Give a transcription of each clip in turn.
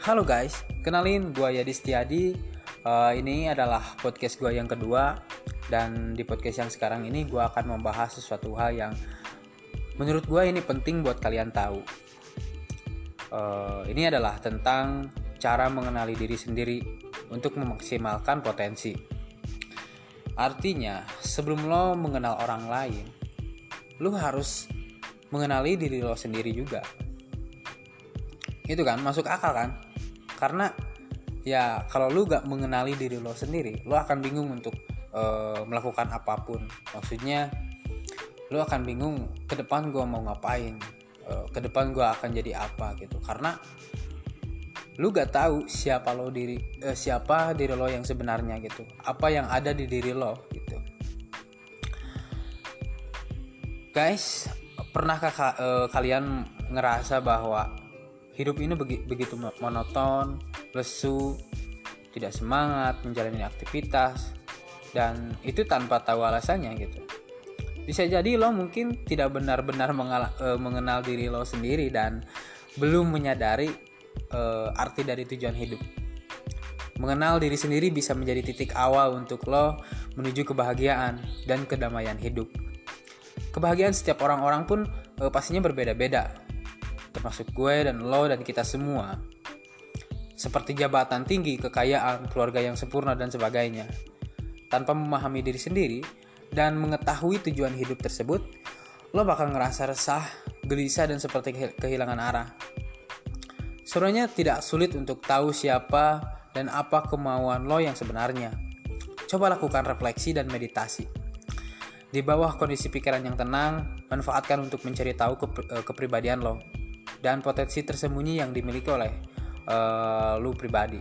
Halo guys, kenalin gue Yadi Setiadi. Ini adalah podcast gue yang kedua. Dan di podcast yang sekarang ini gue akan membahas sesuatu hal yang menurut gue ini penting buat kalian tahu. Ini adalah tentang cara mengenali diri sendiri untuk memaksimalkan potensi. Artinya, sebelum lo mengenal orang lain, lo harus mengenali diri lo sendiri juga. Itu kan masuk akal kan? Karena ya kalau lu gak mengenali diri lo sendiri, lo akan bingung untuk melakukan apapun. Maksudnya lo akan bingung ke depan gue mau ngapain, ke depan gue akan jadi apa gitu. Karena lu gak tahu siapa diri lo yang sebenarnya gitu, apa yang ada di diri lo gitu. Guys, pernahkah kalian ngerasa bahwa hidup ini begitu monoton, lesu, tidak semangat menjalani aktivitas, dan itu tanpa tahu alasannya gitu. Bisa jadi lo mungkin tidak benar-benar mengenal diri lo sendiri dan belum menyadari arti dari tujuan hidup. Mengenal diri sendiri bisa menjadi titik awal untuk lo menuju kebahagiaan dan kedamaian hidup. Kebahagiaan setiap orang-orang pun pastinya berbeda-beda, termasuk gue dan lo dan kita semua. Seperti jabatan tinggi, kekayaan, keluarga yang sempurna, dan sebagainya. Tanpa memahami diri sendiri dan mengetahui tujuan hidup tersebut, lo bakal ngerasa resah, gelisah, dan seperti kehilangan arah. Sebenarnya tidak sulit untuk tahu siapa dan apa kemauan lo yang sebenarnya. Coba lakukan refleksi dan meditasi. Di bawah kondisi pikiran yang tenang, manfaatkan untuk mencari tahu kepribadian lo dan potensi tersembunyi yang dimiliki oleh lu pribadi.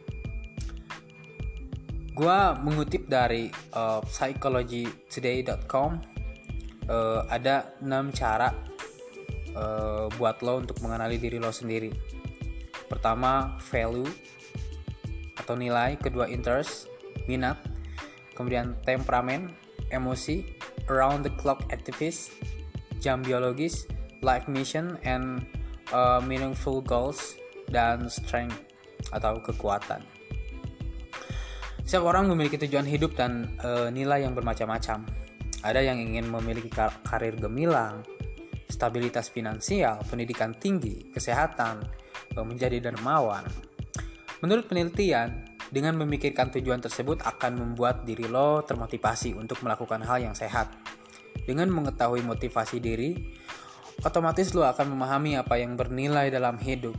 Gua mengutip dari psychologytoday.com. Ada 6 cara buat lo untuk mengenali diri lo sendiri. Pertama, value atau nilai. Kedua, interest, minat. Kemudian temperamen, emosi, around the clock activist, jam biologis, life mission and meaningful goals, dan strength atau kekuatan. Setiap orang memiliki tujuan hidup dan nilai yang bermacam-macam. Ada yang ingin memiliki karir gemilang, stabilitas finansial, pendidikan tinggi, kesehatan, menjadi dermawan. Menurut penelitian, dengan memikirkan tujuan tersebut akan membuat diri lo termotivasi untuk melakukan hal yang sehat. Dengan mengetahui motivasi diri, otomatis lo akan memahami apa yang bernilai dalam hidup.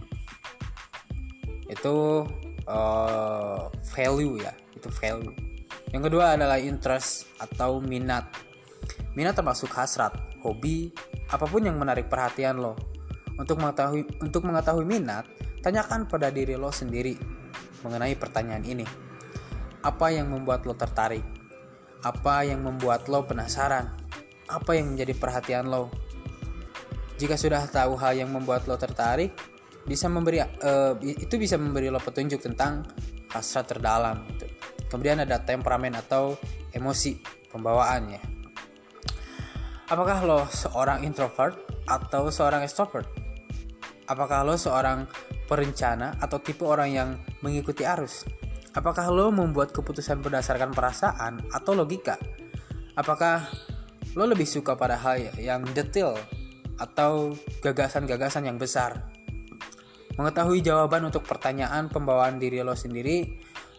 Itu value ya, itu value. Yang kedua adalah interest atau minat. Minat termasuk hasrat, hobi, apapun yang menarik perhatian lo. Untuk mengetahui minat, tanyakan pada diri lo sendiri mengenai pertanyaan ini. Apa yang membuat lo tertarik? Apa yang membuat lo penasaran? Apa yang menjadi perhatian lo? Jika sudah tahu hal yang membuat lo tertarik, bisa memberi lo petunjuk tentang hasrat terdalam gitu. Kemudian ada temperamen atau emosi pembawaannya. Apakah lo seorang introvert atau seorang extrovert? Apakah lo seorang perencana atau tipe orang yang mengikuti arus? Apakah lo membuat keputusan berdasarkan perasaan atau logika? Apakah lo lebih suka pada hal yang detail atau gagasan-gagasan yang besar? Mengetahui jawaban untuk pertanyaan pembawaan diri lo sendiri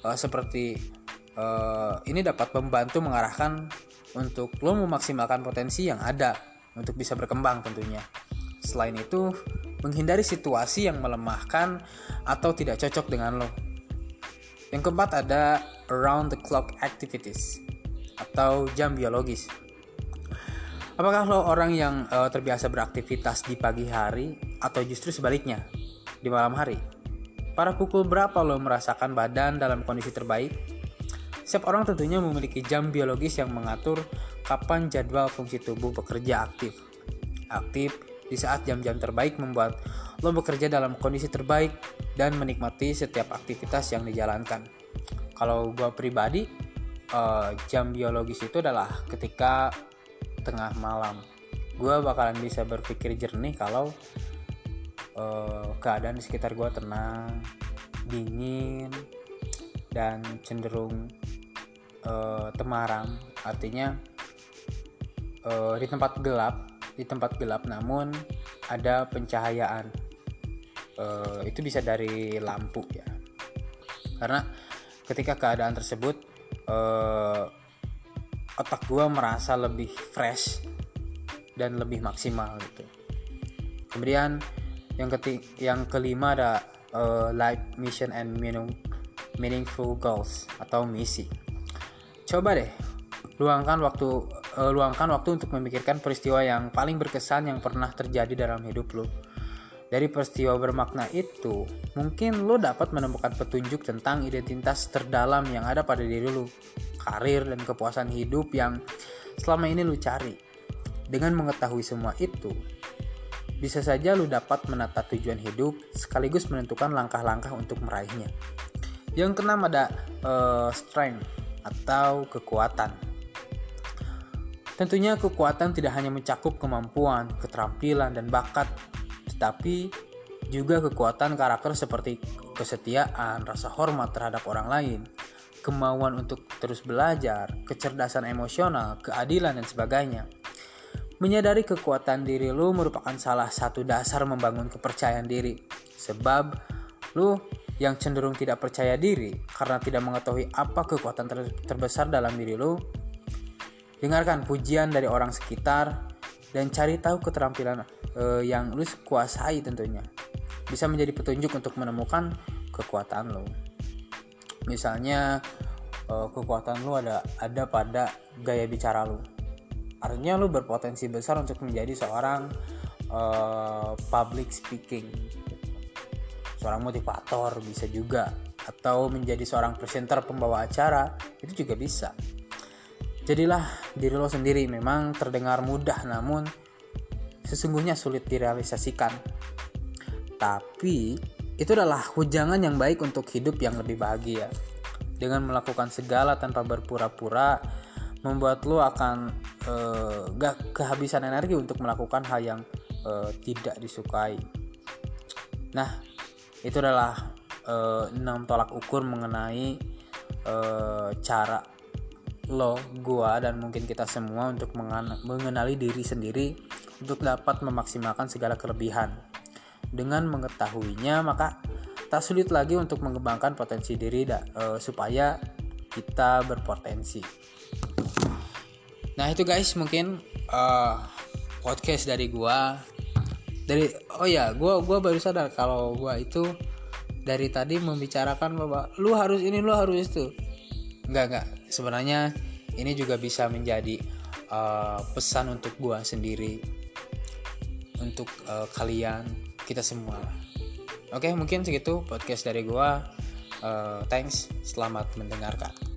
ini dapat membantu mengarahkan untuk lo memaksimalkan potensi yang ada untuk bisa berkembang tentunya. Selain itu, menghindari situasi yang melemahkan atau tidak cocok dengan lo. Yang keempat ada around the clock activities atau jam biologis. Apakah lo orang yang terbiasa beraktivitas di pagi hari atau justru sebaliknya, di malam hari? Pada pukul berapa lo merasakan badan dalam kondisi terbaik? Setiap orang tentunya memiliki jam biologis yang mengatur kapan jadwal fungsi tubuh bekerja aktif. Di saat jam-jam terbaik membuat lo bekerja dalam kondisi terbaik dan menikmati setiap aktivitas yang dijalankan. Kalau gue pribadi, jam biologis itu adalah ketika tengah malam. Gue bakalan bisa berpikir jernih kalau keadaan di sekitar gue tenang, dingin dan cenderung temaram. Artinya di tempat gelap namun ada pencahayaan. Itu bisa dari lampu ya. Karena ketika keadaan tersebut otak gue merasa lebih fresh dan lebih maksimal gitu. Kemudian yang kelima ada life mission and meaningful goals atau misi. Coba deh luangkan waktu untuk memikirkan peristiwa yang paling berkesan yang pernah terjadi dalam hidup lo. Dari peristiwa bermakna itu, mungkin lo dapat menemukan petunjuk tentang identitas terdalam yang ada pada diri lo, karir dan kepuasan hidup yang selama ini lo cari. Dengan mengetahui semua itu, bisa saja lo dapat menata tujuan hidup sekaligus menentukan langkah-langkah untuk meraihnya. Yang keenam ada strength atau kekuatan. Tentunya kekuatan tidak hanya mencakup kemampuan, keterampilan, dan bakat, tetapi juga kekuatan karakter seperti kesetiaan, rasa hormat terhadap orang lain, kemauan untuk terus belajar, kecerdasan emosional, keadilan, dan sebagainya. Menyadari kekuatan diri lu merupakan salah satu dasar membangun kepercayaan diri. Sebab lu yang cenderung tidak percaya diri karena tidak mengetahui apa kekuatan terbesar dalam diri lu, dengarkan pujian dari orang sekitar dan cari tahu keterampilan yang lu kuasai tentunya. Bisa menjadi petunjuk untuk menemukan kekuatan lu. Misalnya kekuatan lu ada pada gaya bicara lu. Artinya lu berpotensi besar untuk menjadi seorang public speaking, seorang motivator bisa juga, atau menjadi seorang presenter pembawa acara, itu juga bisa. Jadilah diri lo sendiri. Memang terdengar mudah namun sesungguhnya sulit direalisasikan. Tapi itu adalah hujangan yang baik untuk hidup yang lebih bahagia. Dengan melakukan segala tanpa berpura-pura, membuat lo akan gak kehabisan energi untuk melakukan hal yang tidak disukai. Nah, itu adalah 6 tolak ukur mengenai cara lo, gua, dan mungkin kita semua untuk mengenali diri sendiri untuk dapat memaksimalkan segala kelebihan. Dengan mengetahuinya, maka tak sulit lagi untuk mengembangkan potensi diri supaya kita berpotensi. Nah itu guys, mungkin podcast dari gua. Gua baru sadar kalau gua itu dari tadi membicarakan bahwa lu harus ini, lu harus itu. Enggak. Sebenarnya ini juga bisa menjadi pesan untuk gua sendiri, untuk kalian, kita semua. Oke, mungkin segitu podcast dari gua. Thanks, selamat mendengarkan.